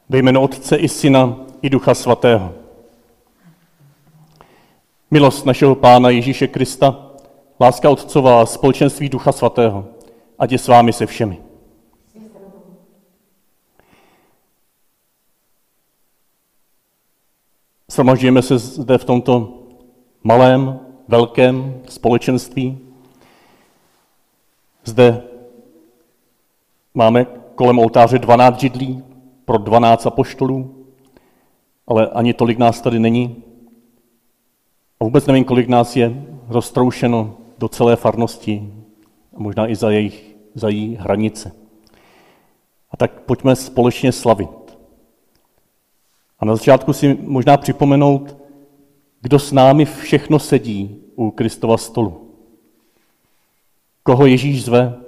Ve jménu Otce i Syna i Ducha Svatého. Milost našeho Pána Ježíše Krista, láska Otcová a společenství Ducha Svatého, ať je s vámi se všemi. Shromažďujeme se zde v tomto malém, velkém společenství. Zde máme kolem oltáře 12 židlí pro 12 apoštolů, ale ani tolik nás tady není. A vůbec nevím, kolik nás je roztroušeno do celé farnosti, a možná i za její hranice. A tak pojďme společně slavit. A na začátku si možná připomenout, kdo s námi všechno sedí u Kristova stolu. Koho Ježíš zve.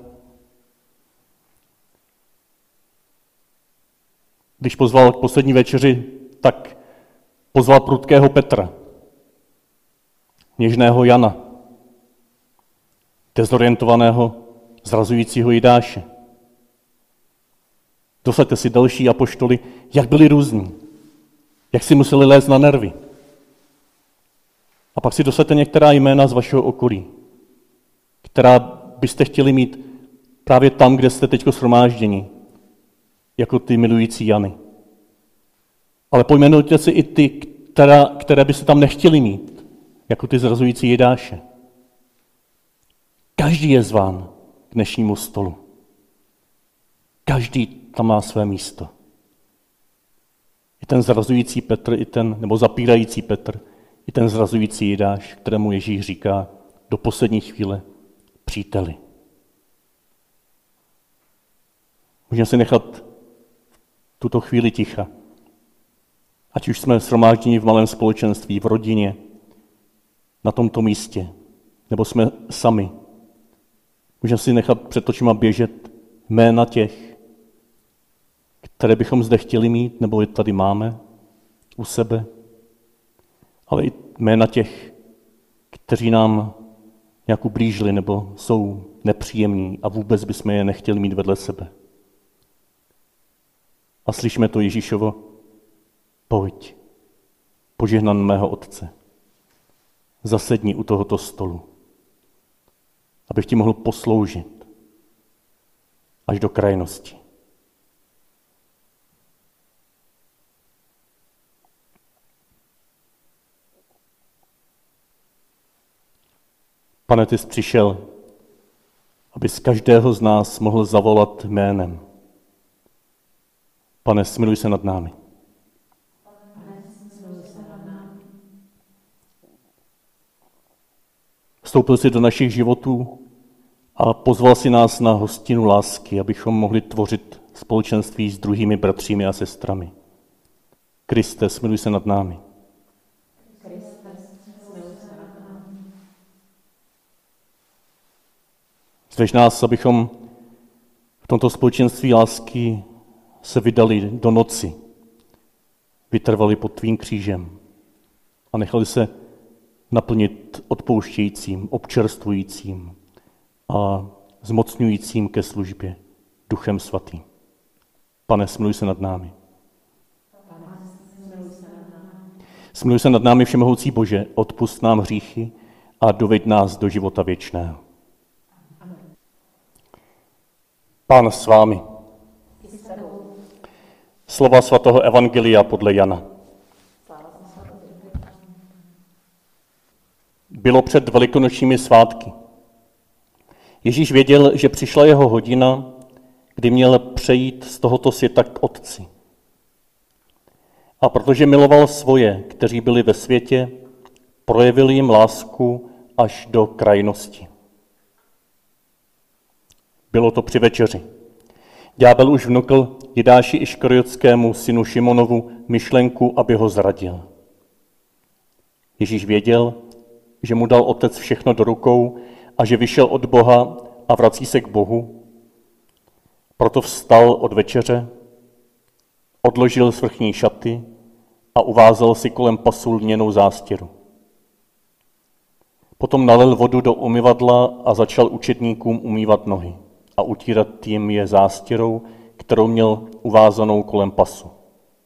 Když pozval k poslední večeři, tak pozval prudkého Petra, něžného Jana, dezorientovaného, zrazujícího Jidáše. Dosaďte si další apoštoly, jak byli různí, jak si museli lézt na nervy. A pak si dosaďte některá jména z vašeho okolí, která byste chtěli mít právě tam, kde jste teď shromážděni, jako ty milující Jany. Ale pojmenujte si i ty, které byste tam nechtěli mít, jako ty zrazující Jidáše. Každý je zván k dnešnímu stolu. Každý tam má své místo. I ten zrazující Petr, nebo zapírající Petr, i ten zrazující Jidáš, kterému Ježíš říká do poslední chvíle příteli. Můžeme si nechat tuto chvíli ticha. Ať už jsme shromážděni v malém společenství, v rodině, na tomto místě, nebo jsme sami. Můžeme si nechat před očima běžet jména těch, které bychom zde chtěli mít, nebo je tady máme u sebe, ale i jména těch, kteří nám nějak ublížili nebo jsou nepříjemní a vůbec bychom je nechtěli mít vedle sebe. A slyšíme to Ježíšovo: pojď, požehnan mého Otce, zasedni u tohoto stolu, abych ti mohl posloužit až do krajnosti. Pane, ty jsi přišel, abys každého z nás mohl zavolat jménem. Pane, smiluj se nad námi. Vstoupil jsi do našich životů a pozval si nás na hostinu lásky, abychom mohli tvořit společenství s druhými bratřími a sestrami. Kriste, smiluj se nad námi. Zveď nás, abychom v tomto společenství lásky se vydali do noci, vytrvali pod tvým křížem a nechali se naplnit odpouštějícím, občerstvujícím a zmocňujícím ke službě Duchem Svatým. Pane, smiluj se nad námi. Smiluj se nad námi, všemohoucí Bože, odpusť nám hříchy a doveď nás do života věčného. Pán s vámi. Slova svatého evangelia podle Jana. Bylo před velikonočními svátky. Ježíš věděl, že přišla jeho hodina, kdy měl přejít z tohoto světa k Otci. A protože miloval svoje, kteří byli ve světě, projevil jim lásku až do krajnosti. Bylo to při večeři. Ďábel už vnukl Jidáši Iškariotskému synu Šimonovu myšlenku, aby ho zradil. Ježíš věděl, že mu dal Otec všechno do rukou a že vyšel od Boha a vrací se k Bohu. Proto vstal od večeře, odložil svrchní šaty a uvázal si kolem pasu lněnou zástěru. Potom nalil vodu do umyvadla a začal učedníkům umývat nohy a utírat jim je zástěrou, kterou měl uvázanou kolem pasu.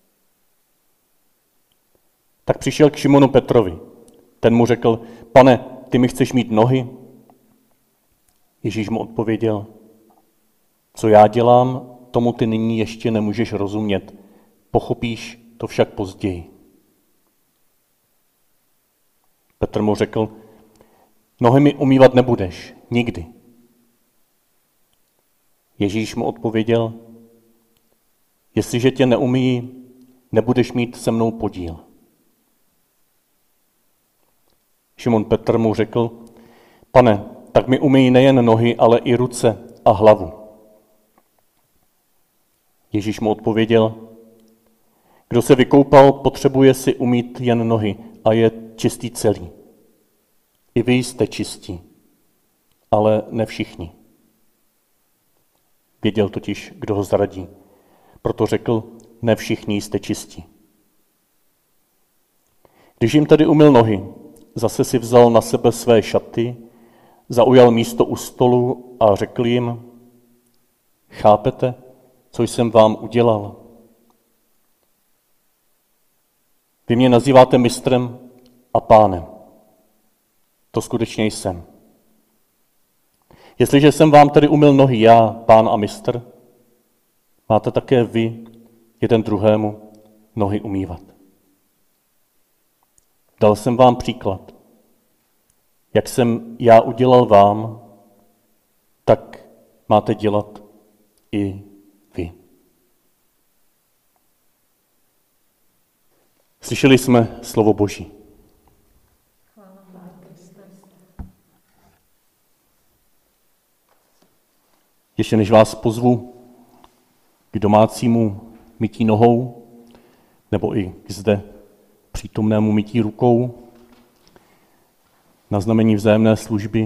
Tak přišel k Šimonu Petrovi. Ten mu řekl, Pane, ty mi chceš mít nohy? Ježíš mu odpověděl, co já dělám, tomu ty nyní ještě nemůžeš rozumět. Pochopíš to však později. Petr mu řekl, nohy mi umývat nebudeš, nikdy. Ježíš mu odpověděl, jestliže tě neumyjí, nebudeš mít se mnou podíl. Šimon Petr mu řekl, Pane, tak mi umyjí nejen nohy, ale i ruce a hlavu. Ježíš mu odpověděl, kdo se vykoupal, potřebuje si umýt jen nohy a je čistý celý. I vy jste čistí, ale ne všichni. Věděl totiž, kdo ho zradí. Proto řekl, ne všichni jste čistí. Když jim tedy umyl nohy, zase si vzal na sebe své šaty, zaujal místo u stolu a řekl jim, chápete, co jsem vám udělal? Vy mě nazýváte mistrem a pánem. To skutečně jsem. Jestliže jsem vám tedy umyl nohy já, pán a mistr, máte také vy jeden druhému nohy umývat. Dal jsem vám příklad. Jak jsem já udělal vám, tak máte dělat i vy. Slyšeli jsme slovo Boží. Ještě než vás pozvu k domácímu mytí nohou, nebo i k zde přítomnému mytí rukou, na znamení vzájemné služby,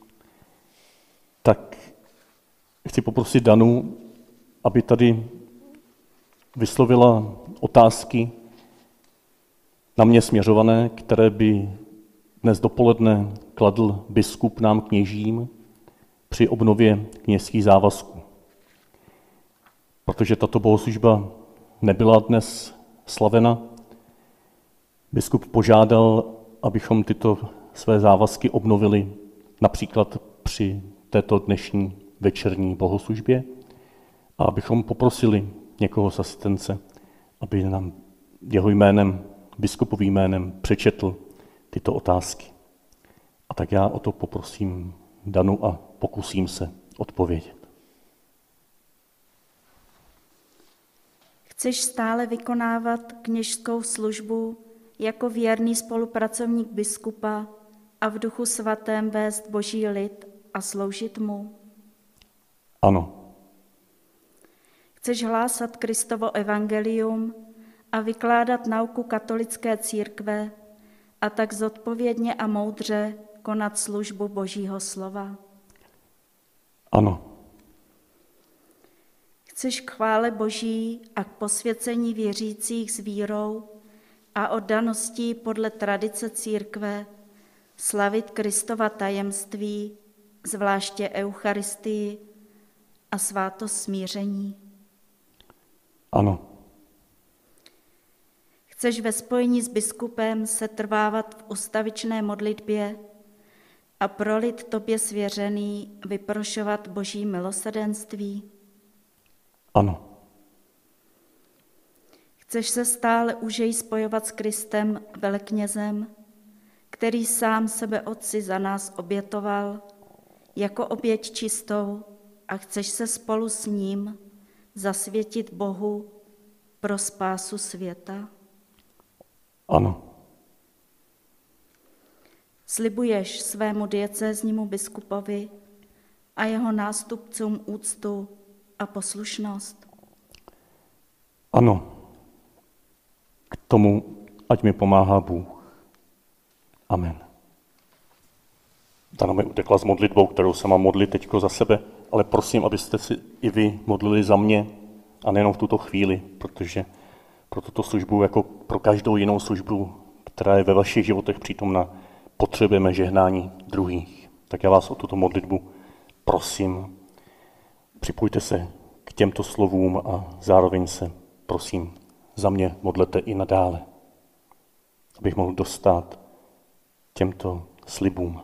tak chci poprosit Danu, aby tady vyslovila otázky na mě směřované, které by dnes dopoledne kladl biskup nám kněžím při obnově kněžských závazků. Protože tato bohoslužba nebyla dnes slavena, biskup požádal, abychom tyto své závazky obnovili například při této dnešní večerní bohoslužbě a abychom poprosili někoho z asistence, aby nám jeho jménem, biskupovým jménem přečetl tyto otázky. A tak já o to poprosím Danu a pokusím se odpovědět. Chceš stále vykonávat kněžskou službu jako věrný spolupracovník biskupa a v Duchu Svatém vést Boží lid a sloužit mu? Ano. Chceš hlásat Kristovo evangelium a vykládat nauku katolické církve a tak zodpovědně a moudře konat službu Božího slova? Ano. Chceš k chvále Boží a k posvěcení věřících s vírou a oddaností podle tradice církve slavit Kristova tajemství, zvláště Eucharistii a svátost smíření? Ano. Chceš ve spojení s biskupem setrvávat v ustavičné modlitbě a pro lid tobě svěřený vyprošovat Boží milosrdenství? Ano. Chceš se stále užej spojovat s Kristem veleknězem, který sám sebe Otci za nás obětoval jako oběť čistou a chceš se spolu s ním zasvětit Bohu pro spásu světa? Ano. Slibuješ svému diecéznímu biskupovi a jeho nástupcům úctu a poslušnost? Ano. K tomu, ať mi pomáhá Bůh. Amen. Dana mi utekla s modlitbou, kterou se mám modlit teďko za sebe, ale prosím, abyste si i vy modlili za mě a nejenom v tuto chvíli, protože pro tuto službu, jako pro každou jinou službu, která je ve vašich životech přítomna, potřebujeme žehnání druhých. Tak já vás o tuto modlitbu prosím, připojte se k těmto slovům a zároveň se, prosím, za mě modlete i nadále. abych mohl dostát těmto slibům.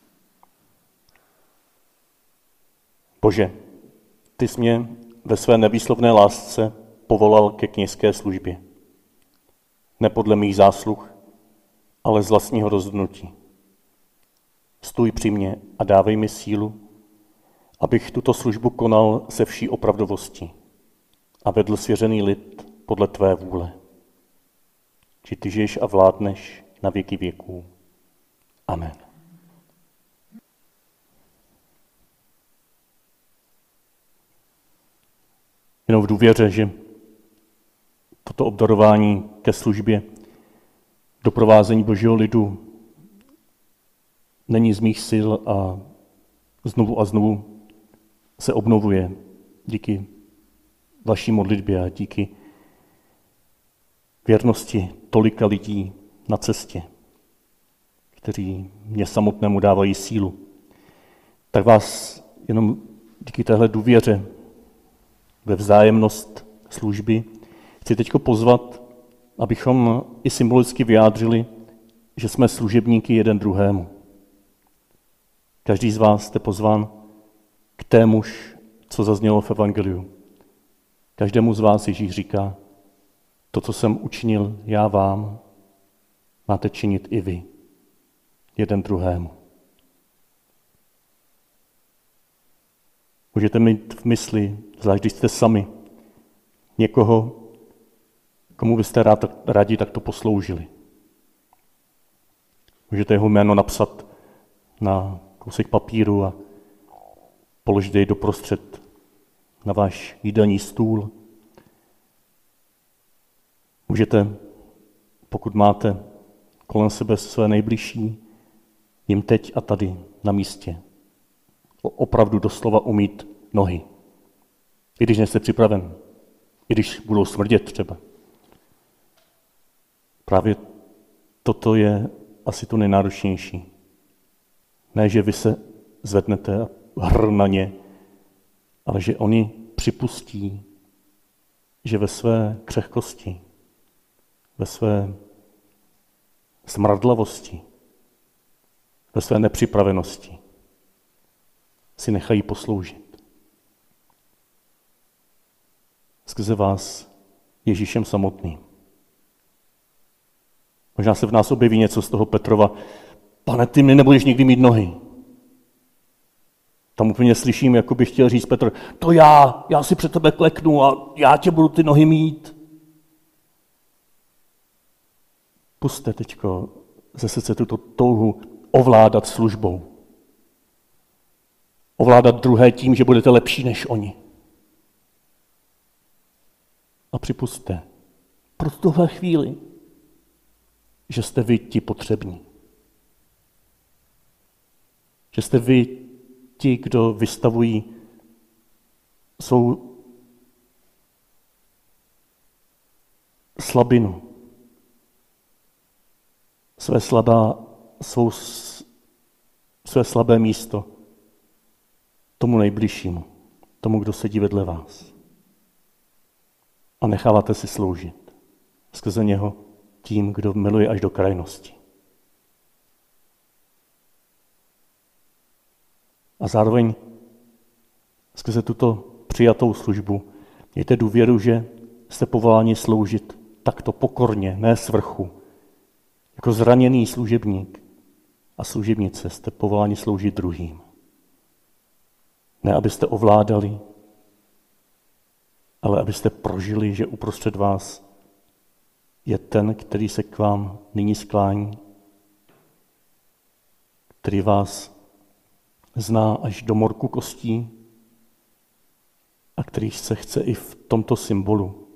Bože, ty jsi mě ve své nevýslovné lásce povolal ke kněžské službě. Ne podle mých zásluh, ale z vlastního rozhodnutí. Stůj při mě a dávej mi sílu, abych tuto službu konal se vší opravdovostí a vedl svěřený lid podle tvé vůle. Či ty žiješ a vládneš na věky věků. Amen. Jenom v důvěře, že toto obdarování ke službě, doprovázení Božího lidu není z mých sil a znovu se obnovuje díky vaší modlitbě a díky věrnosti tolika lidí na cestě, kteří mě samotnému dávají sílu. Tak vás jenom díky téhle důvěře ve vzájemnost služby chci teď pozvat, abychom i symbolicky vyjádřili, že jsme služebníky jeden druhému. Každý z vás jste pozván k témuž, co zaznělo v evangeliu. Každému z vás Ježíš říká, to, co jsem učinil já vám, máte činit i vy, jeden druhému. Můžete mít v mysli, zvlášť když jste sami, někoho, komu byste rádi takto posloužili. Můžete jeho jméno napsat na kousek papíru a položit jej doprostřed na váš jídelní stůl. Můžete, pokud máte kolem sebe své nejbližší, jim teď a tady na místě opravdu doslova umýt nohy. I když nejste připraven, i když budou smrdět třeba. Právě toto je asi to nejnáročnější. Ne, že vy se zvednete a hr na ně, ale že oni připustí, že ve své křehkosti, ve své smradlavosti, ve své nepřipravenosti si nechají posloužit. Skrze vás Ježíšem samotným. Možná se v nás objeví něco z toho Petrova. Pane, ty mi nebudeš nikdy mít nohy. Tam úplně slyším, jako by chtěl říct Petr, to já si před tebe kleknu a já tě budu ty nohy mít. Pusťte teďko ze srdce tuto touhu ovládat službou. Ovládat druhé tím, že budete lepší než oni. A připusťte pro tuhle chvíli, že jste vy ti potřební. Že jste vy ti, kdo vystavují svou slabinu, své slabé místo tomu nejbližšímu, tomu, kdo sedí vedle vás. A necháváte si sloužit skrze něho tím, kdo miluje až do krajnosti. A zároveň skrze tuto přijatou službu mějte důvěru, že jste povoláni sloužit takto pokorně, ne svrchu. Jako zraněný služebník a služebnice jste povoláni sloužit druhým. Ne, abyste ovládali, ale abyste prožili, že uprostřed vás je ten, který se k vám nyní sklání, který vás zná až do morku kostí a který se chce i v tomto symbolu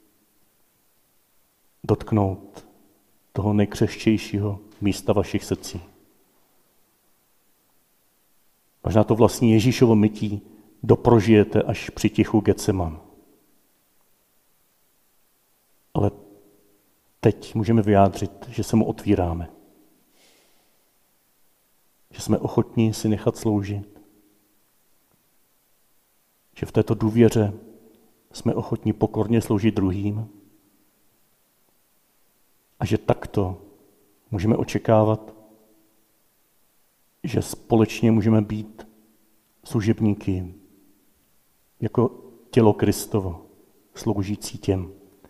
dotknout toho nejkřehčejšího místa vašich srdcí. Možná to vlastní Ježíšovo mytí doprožijete až při tichu Getseman. Ale teď můžeme vyjádřit, že se mu otvíráme. Že jsme ochotní si nechat sloužit. Že v této důvěře jsme ochotní pokorně sloužit druhým. A že takto Můžeme očekávat, že společně můžeme být služebníky jako tělo Kristovo, sloužící těm,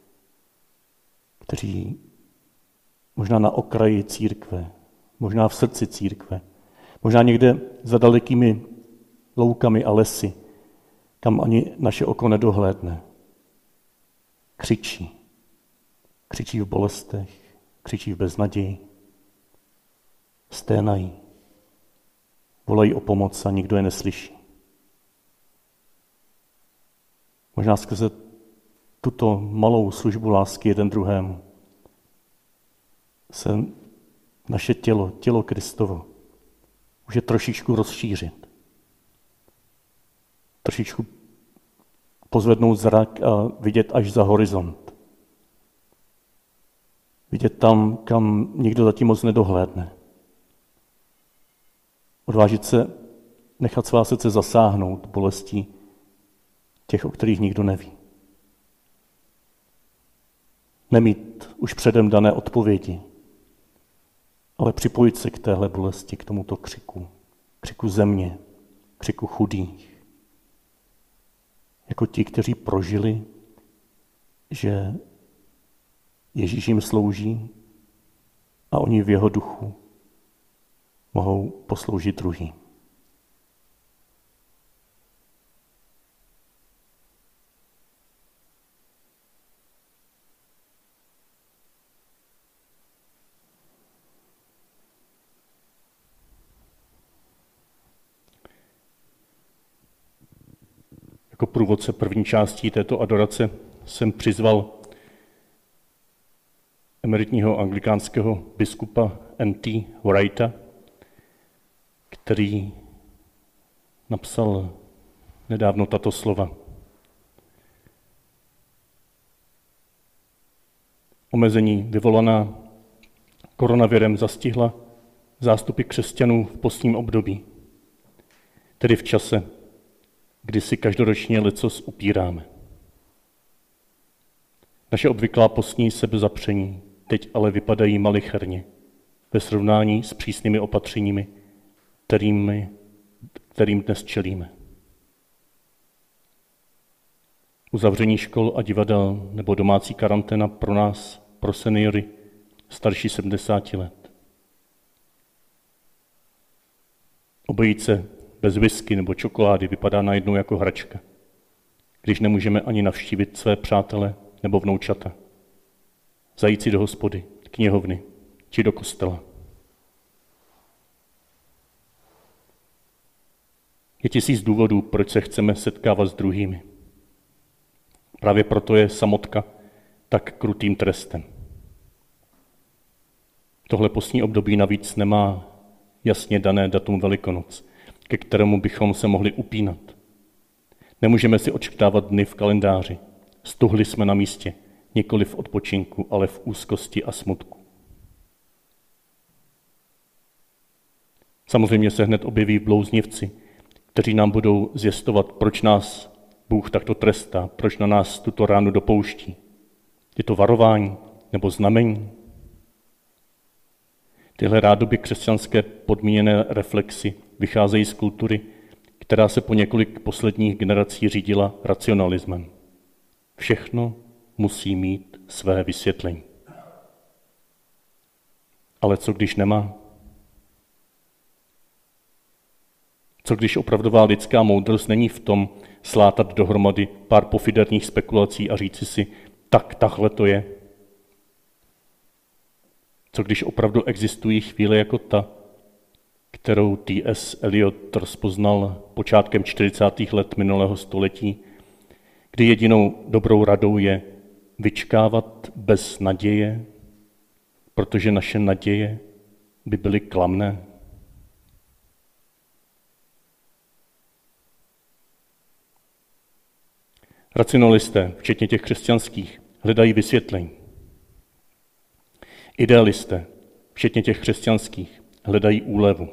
kteří možná na okraji církve, možná v srdci církve, možná někde za dalekými loukami a lesy, kam ani naše oko nedohlédne. Křičí. Křičí v bolestech, křičí v beznaději. Sténají. Volají o pomoc a nikdo je neslyší. Možná skrze tuto malou službu lásky jeden druhému se naše tělo Kristovo, může trošičku rozšířit. Trošičku pozvednout zrak a vidět až za horizont. Vidět tam, kam nikdo zatím moc nedohlédne. Odvážit se nechat svá srdce zasáhnout bolestí těch, o kterých nikdo neví. Nemít už předem dané odpovědi, ale připojit se k téhle bolesti, k tomuto křiku země, křiku chudých. Jako ti, kteří prožili, že Ježíš jim slouží a oni v jeho duchu mohou posloužit druhým. Jako průvodce první části této adorace jsem přizval emeritního anglikánského biskupa N.T. Wrighta, který napsal nedávno tato slova. Omezení vyvolaná koronavirem zastihla zástupy křesťanů v postním období, tedy v čase, kdy si každoročně lecos upíráme. Naše obvyklá postní sebezapření teď ale vypadají malicherně ve srovnání s přísnými opatřeními, kterým dnes čelíme. Uzavření škol a divadel nebo domácí karanténa pro nás, pro seniory starší 70 let. Obejít se bez whisky nebo čokolády vypadá najednou jako hračka, když nemůžeme ani navštívit své přátele nebo vnoučata. Zajít si do hospody, knihovny či do kostela. Je 1000 důvodů, proč se chceme setkávat s druhými. Právě proto je samotka tak krutým trestem. Tohle postní období navíc nemá jasně dané datum Velikonoc, ke kterému bychom se mohli upínat. Nemůžeme si odškrtávat dny v kalendáři. Stuhli jsme na místě, nikoli v odpočinku, ale v úzkosti a smutku. Samozřejmě se hned objeví blouznivci, kteří nám budou zjistovat, proč nás Bůh takto trestá, proč na nás tuto ránu dopouští. Je to varování nebo znamení? Tyhle rádoby křesťanské podmíněné reflexy vycházejí z kultury, která se po několik posledních generací řídila racionalismem. Všechno musí mít své vysvětlení. Ale co když nemá? Co když opravdová lidská moudrost není v tom slátat dohromady pár pofiderních spekulací a říci si, tak tahle to je? Co když opravdu existují chvíle jako ta, kterou T.S. Eliot rozpoznal počátkem 40. let minulého století, kdy jedinou dobrou radou je vyčkávat bez naděje, protože naše naděje by byly klamné? Racionalisté, včetně těch křesťanských, hledají vysvětlení. Idealisté, včetně těch křesťanských, hledají úlevu.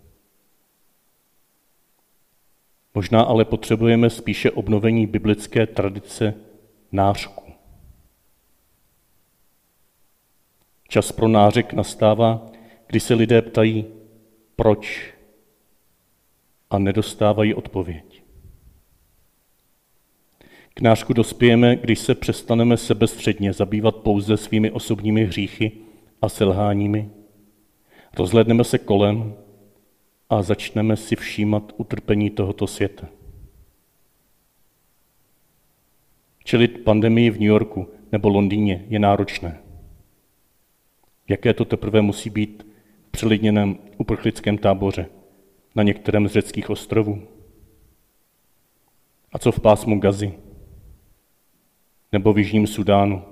Možná ale potřebujeme spíše obnovení biblické tradice nářku. Čas pro nářek nastává, kdy se lidé ptají, proč, a nedostávají odpověď. K nářku dospějeme, když se přestaneme sebestředně zabývat pouze svými osobními hříchy a selháními, rozhlédneme se kolem a začneme si všímat utrpení tohoto světa. Čelit pandemii v New Yorku nebo Londýně je náročné. Jaké to teprve musí být v přelidněném uprchlickém táboře na některém z řeckých ostrovů? A co v pásmu Gazy? Nebo v Jižním Sudánu?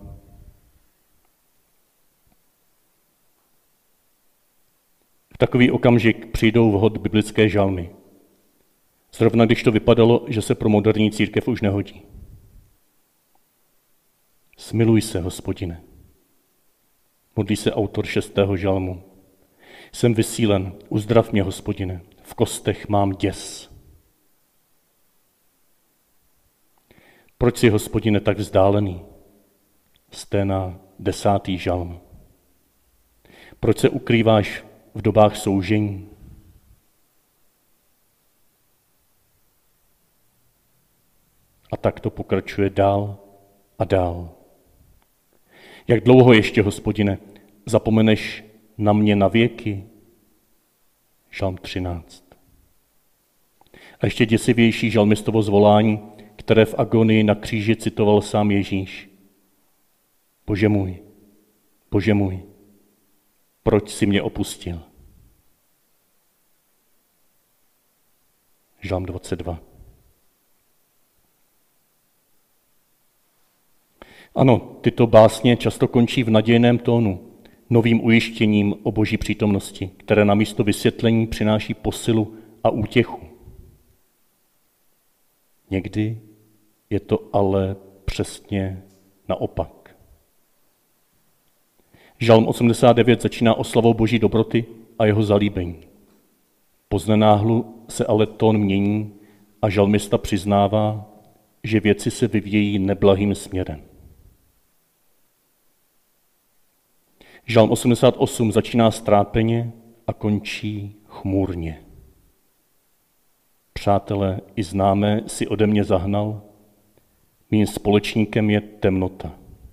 V takový okamžik přijdou vhod biblické žalmy. Zrovna když to vypadalo, že se pro moderní církev už nehodí. Smiluj se, Hospodine. Modlí se autor 6. žalmu. Jsem vysílen, uzdrav mě, Hospodine, v kostech mám děs. Proč jsi, Hospodine, tak vzdálený? Sténa 10. žalm. Proč se ukrýváš v dobách soužení? A tak to pokračuje dál a dál. Jak dlouho ještě, Hospodine, zapomeneš na mě na věky? Žalm 13. A ještě děsivější žalmistovo zvolání, které v agonii na kříži citoval sám Ježíš. Bože můj, proč jsi mě opustil? Žalm 22. Ano, tyto básně často končí v nadějném tónu, novým ujištěním o Boží přítomnosti, které namísto vysvětlení přináší posilu a útěchu. Někdy je to ale přesně naopak. Žalm 89 začíná oslavou Boží dobroty a jeho zalíbení. Poznenáhlu se ale tón mění a žalmista přiznává, že věci se vyvíjejí neblahým směrem. Žalm 88 začíná strápeně a končí chmurně. Přátelé i známé si ode mě zahnal, mým společníkem je temnota.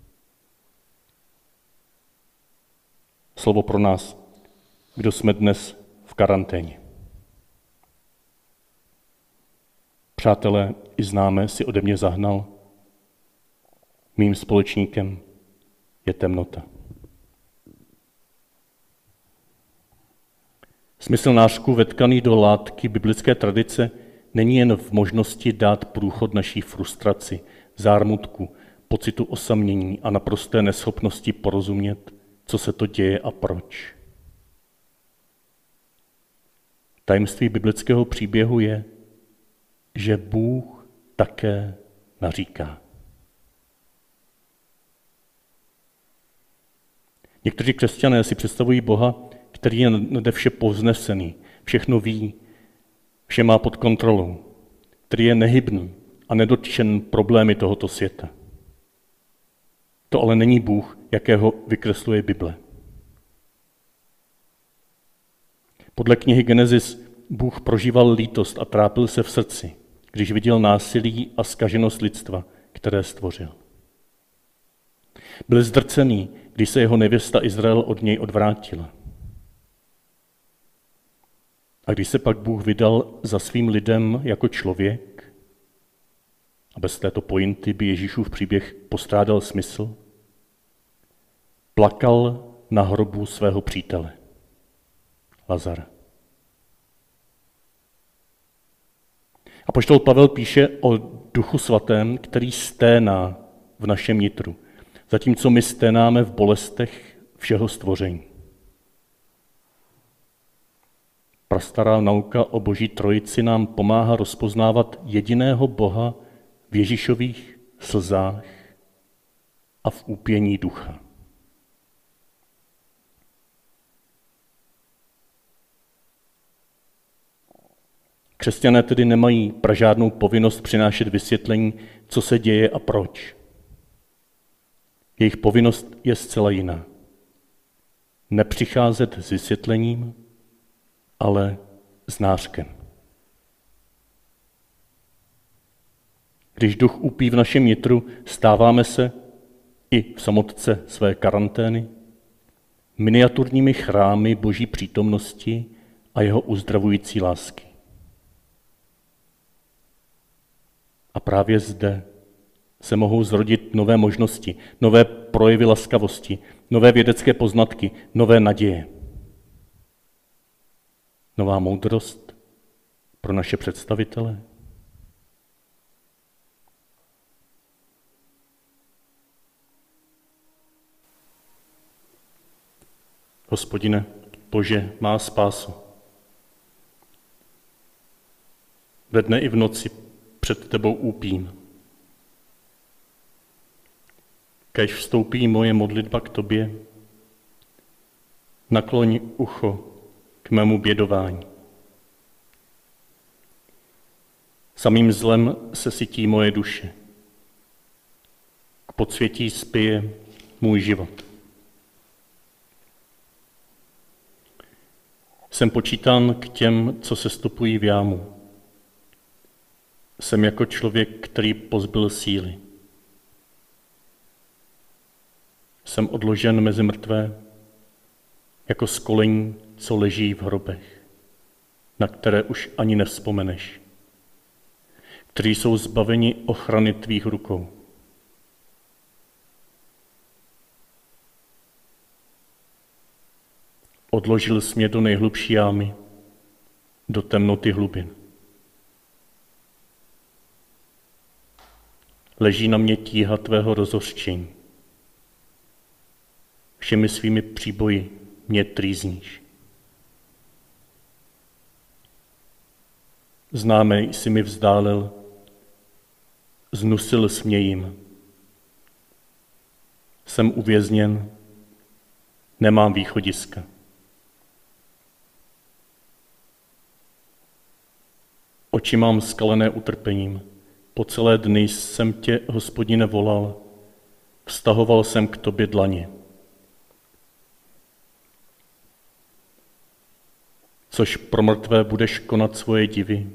Slovo pro nás, kdo jsme dnes v karanténě. Přátelé i známé si ode mě zahnal, mým společníkem je temnota. Smysl nářku vetkaný do látky biblické tradice není jen v možnosti dát průchod naší frustraci, zármutku, pocitu osamění a naprosté neschopnosti porozumět, co se to děje a proč. Tajemství biblického příběhu je, že Bůh také naříká. Někteří křesťané si představují Boha, který je nade vše povznesený, všechno ví, vše má pod kontrolou, který je nehybný a nedotčen problémy tohoto světa. To ale není Bůh, jakého vykresluje Bible. Podle knihy Genesis Bůh prožíval lítost a trápil se v srdci, když viděl násilí a zkaženost lidstva, které stvořil. Byl zdrcený, když se jeho nevěsta Izrael od něj odvrátila. A když se pak Bůh vydal za svým lidem jako člověk, a bez této pointy by Ježíšův příběh postrádal smysl, plakal na hrobu svého přítele, Lazara. Apoštol Pavel píše o Duchu svatém, který sténá v našem nitru, zatímco my sténáme v bolestech všeho stvoření. Prastará nauka o Boží trojici nám pomáhá rozpoznávat jediného Boha v Ježíšových slzách a v úpění ducha. Křesťané tedy nemají pražádnou povinnost přinášet vysvětlení, co se děje a proč. Jejich povinnost je zcela jiná. nepřicházet s vysvětlením, ale s nářkem. Když duch úpí v našem nitru, stáváme se i v samotce své karantény miniaturními chrámy Boží přítomnosti a jeho uzdravující lásky. A právě zde se mohou zrodit nové možnosti, nové projevy laskavosti, nové vědecké poznatky, nové naděje. Nová moudrost pro naše představitele. Hospodine, Bože, má spásu. Ve dne i v noci před tebou úpím. Kéž vstoupí moje modlitba k tobě, nakloň ucho k mému bědování. Samým zlem se sytí moje duše. K podsvětí spěje můj život. Jsem počítán k těm, co se stopují v jámu. Jsem jako člověk, který pozbyl síly. Jsem odložen mezi mrtvé, jako skolení, co leží v hrobech, na které už ani nevzpomeneš, kteří jsou zbaveni ochrany tvých rukou. Odložil jsi mě do nejhlubší jámy, do temnoty hlubin. Leží na mě tíha tvého rozhořčení. Všemi svými příboji mě trýzníš. Známé jsi mi vzdálil, znusil jsi mě jim. Jsem uvězněn, nemám východiska. Oči mám skalené utrpením. Po celé dny jsem tě, Hospodine, volal, vztahoval jsem k tobě dlaně. Což pro mrtvé budeš konat svoje divy.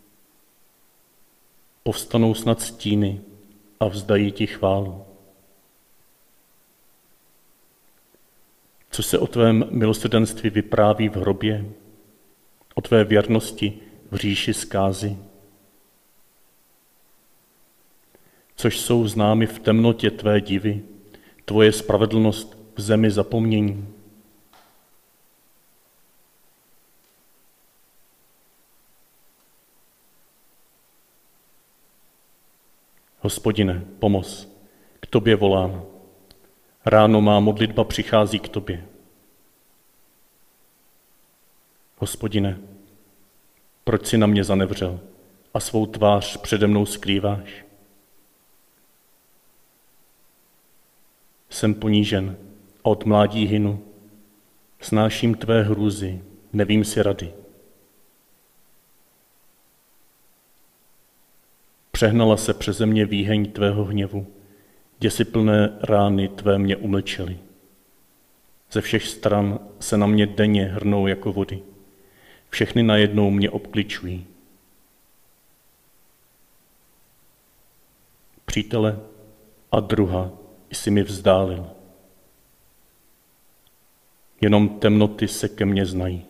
Povstanou snad stíny a vzdají ti chválu. Co se o tvém milosrdenství vypráví v hrobě, o tvé věrnosti v říši zkázy, což jsou známy v temnotě tvé divy, tvoje spravedlnost v zemi zapomnění. Hospodine, pomoz, k tobě volám. Ráno má modlitba přichází k tobě. Hospodine, proč jsi na mě zanevřel a svou tvář přede mnou skrýváš? Jsem ponížen a od mládí hynu. Snáším tvé hrůzy, nevím si rady. Přehnala se přeze mě výheň tvého hněvu, děsiplné rány tvé mě umlčely. Ze všech stran se na mě denně hrnou jako vody. Všechny najednou mě obkličují. Přítele a druha jsi mi vzdálil. Jenom temnoty se ke mně znají.